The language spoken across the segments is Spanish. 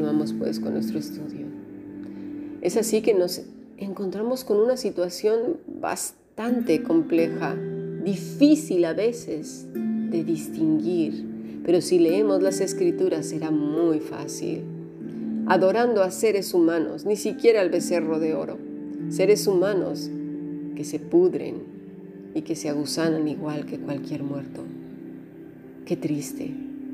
Continuamos pues con nuestro estudio. Es así que nos encontramos con una situación bastante compleja, difícil a veces de distinguir, pero si leemos las Escrituras será muy fácil. Adorando a seres humanos, ni siquiera al becerro de oro, seres humanos que se pudren y que se agusanan igual que cualquier muerto. Qué triste.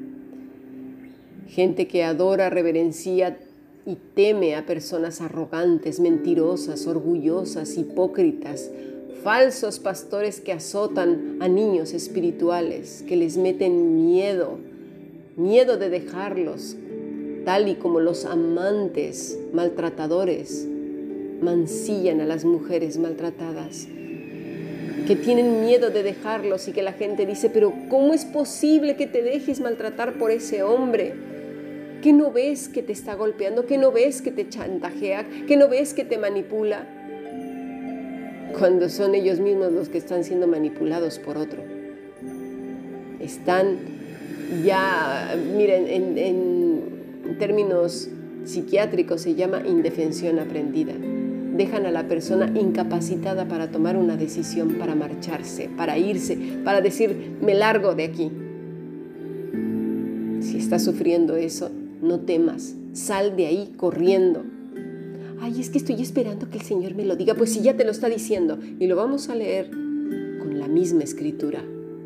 Gente que adora, reverencia y teme a personas arrogantes, mentirosas, orgullosas, hipócritas, falsos pastores que azotan a niños espirituales, que les meten miedo de dejarlos, tal y como los amantes maltratadores mancillan a las mujeres maltratadas, que tienen miedo de dejarlos y que la gente dice, pero ¿cómo es posible que te dejes maltratar por ese hombre? ¿Qué no ves que te está golpeando? ¿Qué no ves que te chantajea? ¿Qué no ves que te manipula? Cuando son ellos mismos los que están siendo manipulados por otro. Están ya, miren, en términos psiquiátricos se llama indefensión aprendida. Dejan a la persona incapacitada para tomar una decisión, para marcharse, para irse, para decir, me largo de aquí. Si estás sufriendo eso, no temas, sal de ahí corriendo. Ay, es que estoy esperando que el Señor me lo diga. Pues si ya te lo está diciendo, y lo vamos a leer con la misma escritura.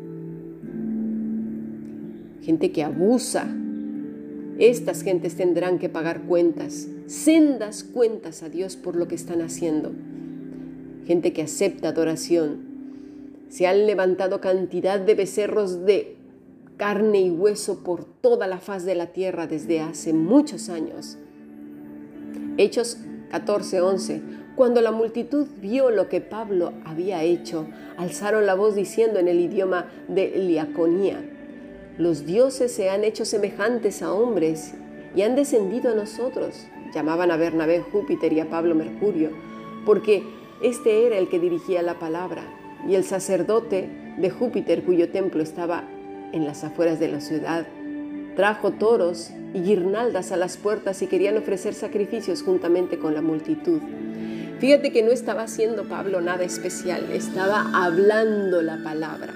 Gente que abusa, estas gentes tendrán que pagar cuentas, sendas cuentas a Dios por lo que están haciendo. Gente que acepta adoración. Se han levantado cantidad de becerros de carne y hueso por toda la faz de la tierra desde hace muchos años. Hechos 14:11. Cuando la multitud vio lo que Pablo había hecho, alzaron la voz diciendo en el idioma de Licaonia, los dioses se han hecho semejantes a hombres y han descendido a nosotros. Llamaban a Bernabé Júpiter y a Pablo Mercurio, porque este era el que dirigía la palabra, y el sacerdote de Júpiter, cuyo templo estaba en las afueras de la ciudad, trajo toros y guirnaldas a las puertas y querían ofrecer sacrificios juntamente con la multitud. Fíjate que no estaba haciendo Pablo nada especial, estaba hablando la palabra.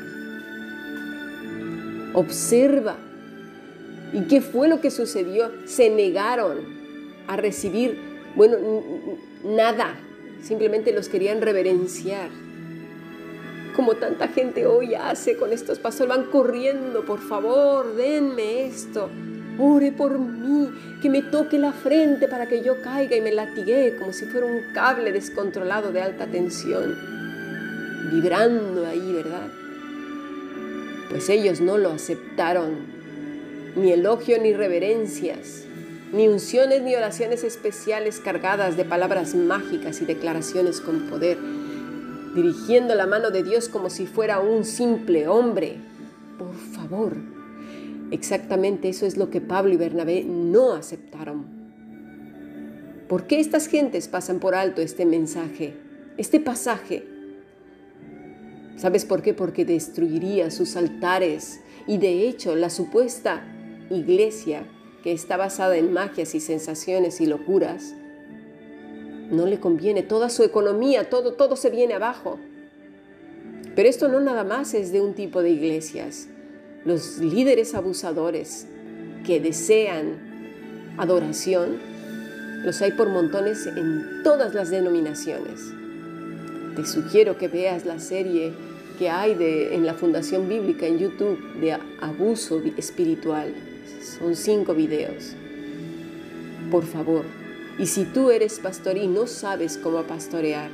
Observa. ¿Y qué fue lo que sucedió? Se negaron a recibir, nada. Simplemente los querían reverenciar. Como tanta gente hoy hace con estos pastores, van corriendo, por favor, denme esto, ore por mí, que me toque la frente para que yo caiga y me latiguee como si fuera un cable descontrolado de alta tensión, vibrando ahí, ¿verdad? Pues ellos no lo aceptaron, ni elogio ni reverencias, ni unciones ni oraciones especiales cargadas de palabras mágicas y declaraciones con poder, dirigiendo la mano de Dios como si fuera un simple hombre. Por favor, exactamente eso es lo que Pablo y Bernabé no aceptaron. ¿Por qué estas gentes pasan por alto este mensaje, este pasaje? ¿Sabes por qué? Porque destruiría sus altares y de hecho la supuesta iglesia que está basada en magias y sensaciones y locuras no le conviene, toda su economía, todo se viene abajo. Pero esto no nada más es de un tipo de iglesias. Los líderes abusadores que desean adoración, los hay por montones en todas las denominaciones. Te sugiero que veas la serie que hay en la Fundación Bíblica en YouTube de abuso espiritual. Son 5 videos. Por favor. Y si tú eres pastor y no sabes cómo pastorear,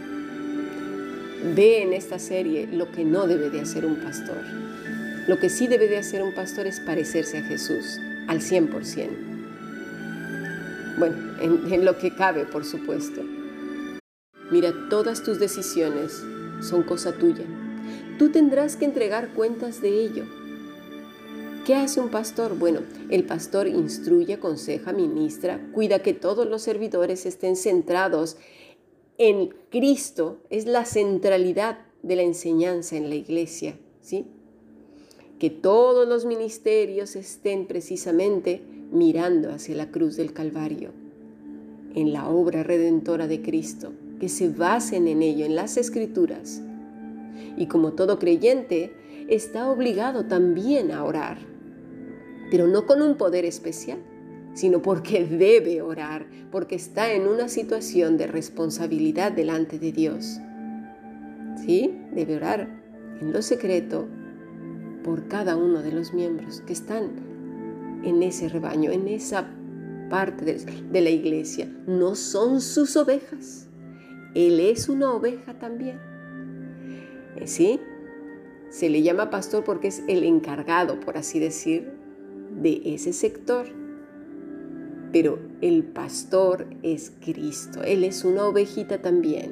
ve en esta serie lo que no debe de hacer un pastor. Lo que sí debe de hacer un pastor es parecerse a Jesús al 100%. Bueno, en lo que cabe, por supuesto. Mira, todas tus decisiones son cosa tuya. Tú tendrás que entregar cuentas de ello. ¿Qué hace un pastor? Bueno, el pastor instruye, aconseja, ministra, cuida que todos los servidores estén centrados en Cristo. Es la centralidad de la enseñanza en la iglesia, ¿sí? Que todos los ministerios estén precisamente mirando hacia la cruz del Calvario, en la obra redentora de Cristo, que se basen en ello, en las Escrituras. Y como todo creyente, está obligado también a orar, pero no con un poder especial, sino porque debe orar, porque está en una situación de responsabilidad delante de Dios. ¿Sí? Debe orar en lo secreto por cada uno de los miembros que están en ese rebaño, en esa parte de la iglesia. No son sus ovejas. Él es una oveja también. ¿Sí? Se le llama pastor porque es el encargado, por así decir, de ese sector. Pero el pastor es Cristo. Él es una ovejita también.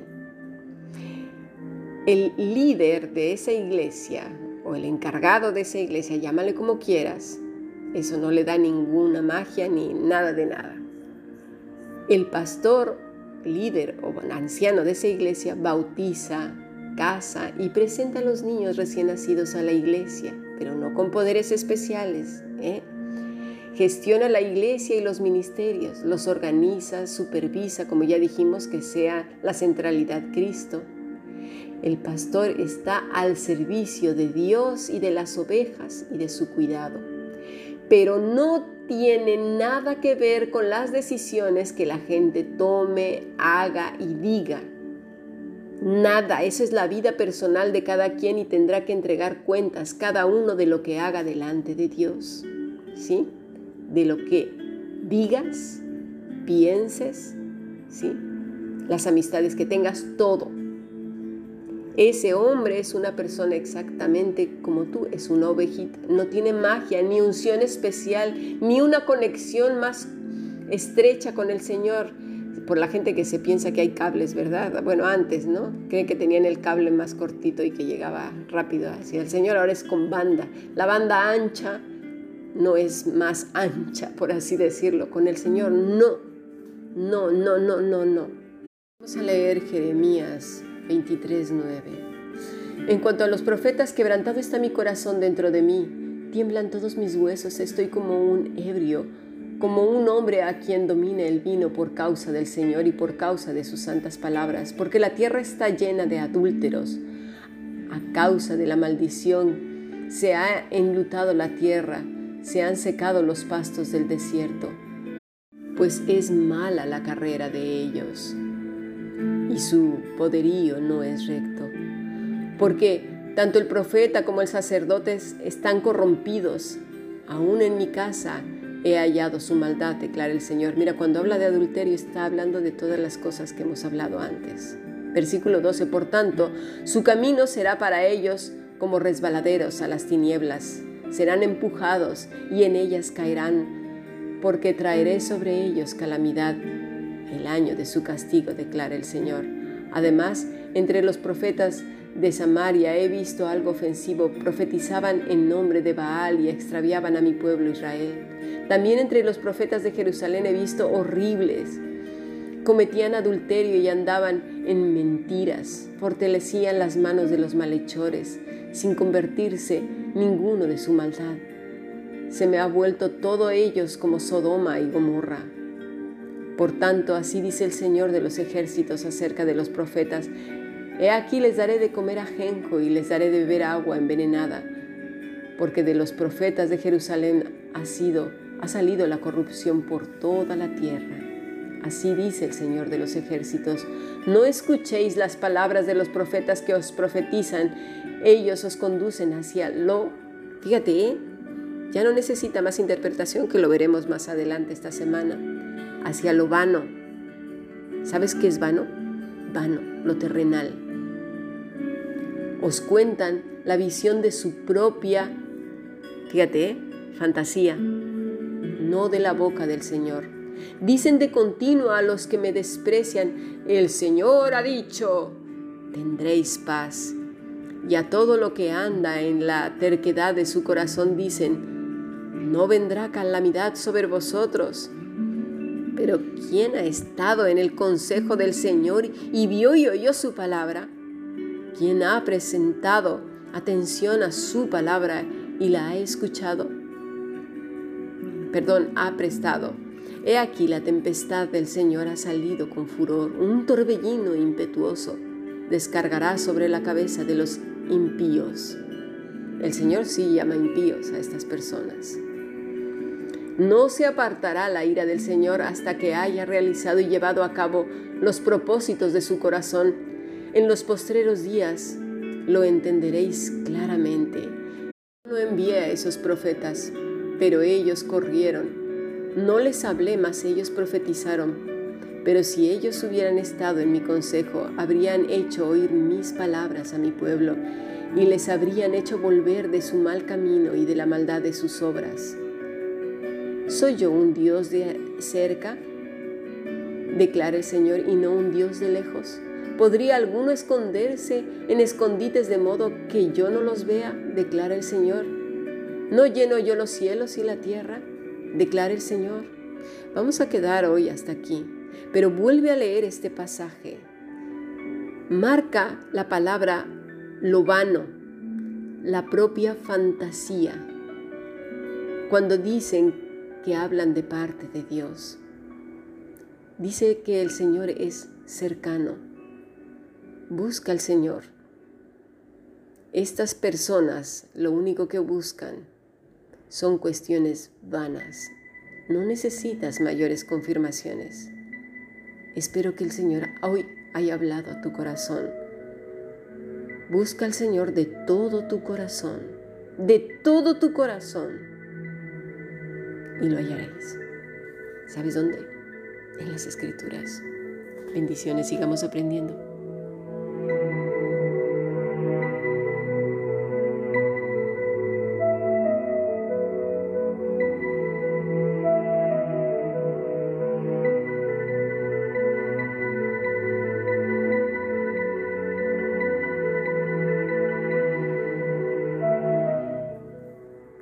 El líder de esa iglesia o el encargado de esa iglesia, llámale como quieras, eso no le da ninguna magia ni nada de nada. El pastor, líder o anciano de esa iglesia bautiza, casa y presenta a los niños recién nacidos a la iglesia, pero no con poderes especiales. Gestiona la iglesia y los ministerios, los organiza, supervisa, como ya dijimos, que sea la centralidad Cristo. El pastor está al servicio de Dios y de las ovejas y de su cuidado, pero no tiene nada que ver con las decisiones que la gente tome, haga y diga. Nada, eso es la vida personal de cada quien y tendrá que entregar cuentas cada uno de lo que haga delante de Dios, ¿sí? De lo que digas, pienses, ¿sí? Las amistades que tengas, todo. Ese hombre es una persona exactamente como tú, es una ovejita. No tiene magia, ni unción especial, ni una conexión más estrecha con el Señor. Por la gente que se piensa que hay cables, ¿verdad? Bueno, antes, ¿no? Creen que tenían el cable más cortito y que llegaba rápido hacia el Señor. Ahora es con banda. La banda ancha no es más ancha, por así decirlo. Con el Señor, no. Vamos a leer Jeremías 23:9. En cuanto a los profetas, quebrantado está mi corazón dentro de mí. Tiemblan todos mis huesos, estoy como un ebrio, como un hombre a quien domina el vino por causa del Señor y por causa de sus santas palabras, porque la tierra está llena de adúlteros. A causa de la maldición se ha enlutado la tierra, se han secado los pastos del desierto, pues es mala la carrera de ellos, y su poderío no es recto. Porque tanto el profeta como el sacerdote están corrompidos. Aún en mi casa he hallado su maldad, declara el Señor. Mira, cuando habla de adulterio está hablando de todas las cosas que hemos hablado antes. Versículo 12, por tanto, su camino será para ellos como resbaladeros a las tinieblas. Serán empujados y en ellas caerán, porque traeré sobre ellos calamidad, el año de su castigo, declara el Señor. Además, entre los profetas de Samaria he visto algo ofensivo. Profetizaban en nombre de Baal y extraviaban a mi pueblo Israel. También entre los profetas de Jerusalén he visto horribles. Cometían adulterio y andaban en mentiras. Fortalecían las manos de los malhechores, sin convertirse ninguno de su maldad. Se me ha vuelto todo ellos como Sodoma y Gomorra. Por tanto, así dice el Señor de los ejércitos acerca de los profetas: he aquí les daré de comer ajenjo y les daré de beber agua envenenada, porque de los profetas de Jerusalén ha salido la corrupción por toda la tierra. Así dice el Señor de los ejércitos: no escuchéis las palabras de los profetas que os profetizan, ellos os conducen hacia fíjate, ya no necesita más interpretación, que lo veremos más adelante esta semana, hacia lo vano. ¿Sabes qué es vano? Vano, lo terrenal. Os cuentan la visión de su propia, fantasía, no de la boca del Señor. Dicen de continuo a los que me desprecian: el Señor ha dicho, tendréis paz. Y a todo lo que anda en la terquedad de su corazón dicen: no vendrá calamidad sobre vosotros. Pero ¿quién ha estado en el consejo del Señor y vio y oyó su palabra? ¿Quién ha prestado atención a su palabra y la ha escuchado? ha prestado. He aquí la tempestad del Señor ha salido con furor, un torbellino impetuoso descargará sobre la cabeza de los impíos. El Señor sí llama impíos a estas personas. No se apartará la ira del Señor hasta que haya realizado y llevado a cabo los propósitos de su corazón. En los postreros días lo entenderéis claramente. No envié a esos profetas, pero ellos corrieron. No les hablé, mas ellos profetizaron. Pero si ellos hubieran estado en mi consejo, habrían hecho oír mis palabras a mi pueblo y les habrían hecho volver de su mal camino y de la maldad de sus obras. ¿Soy yo un Dios de cerca?, declara el Señor, y no un Dios de lejos. ¿Podría alguno esconderse en escondites de modo que yo no los vea?, declara el Señor. ¿No lleno yo los cielos y la tierra?, declara el Señor. Vamos a quedar hoy hasta aquí, pero vuelve a leer este pasaje. Marca la palabra lo vano, la propia fantasía, cuando dicen que hablan de parte de Dios. Dice que el Señor es cercano. Busca al Señor. Estas personas lo único que buscan son cuestiones vanas. No necesitas mayores confirmaciones. Espero que el Señor hoy haya hablado a tu corazón. Busca al Señor de todo tu corazón, y lo hallaréis. ¿Sabes dónde? En las Escrituras. Bendiciones, sigamos aprendiendo.